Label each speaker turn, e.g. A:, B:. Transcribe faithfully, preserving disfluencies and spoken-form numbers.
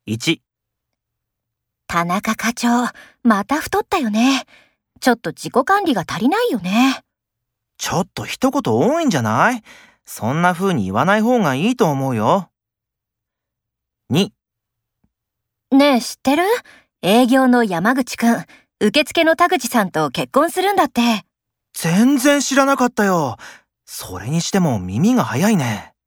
A: いち、
B: 田中課長、また太ったよね。ちょっと自己管理が足りないよね。
A: ちょっと一言多いんじゃない？そんな風に言わない方がいいと思うよ。に、
B: ねえ、知ってる？営業の山口くん、受付の田口さんと結婚するんだって。
A: 全然知らなかったよ。それにしても耳が早いね。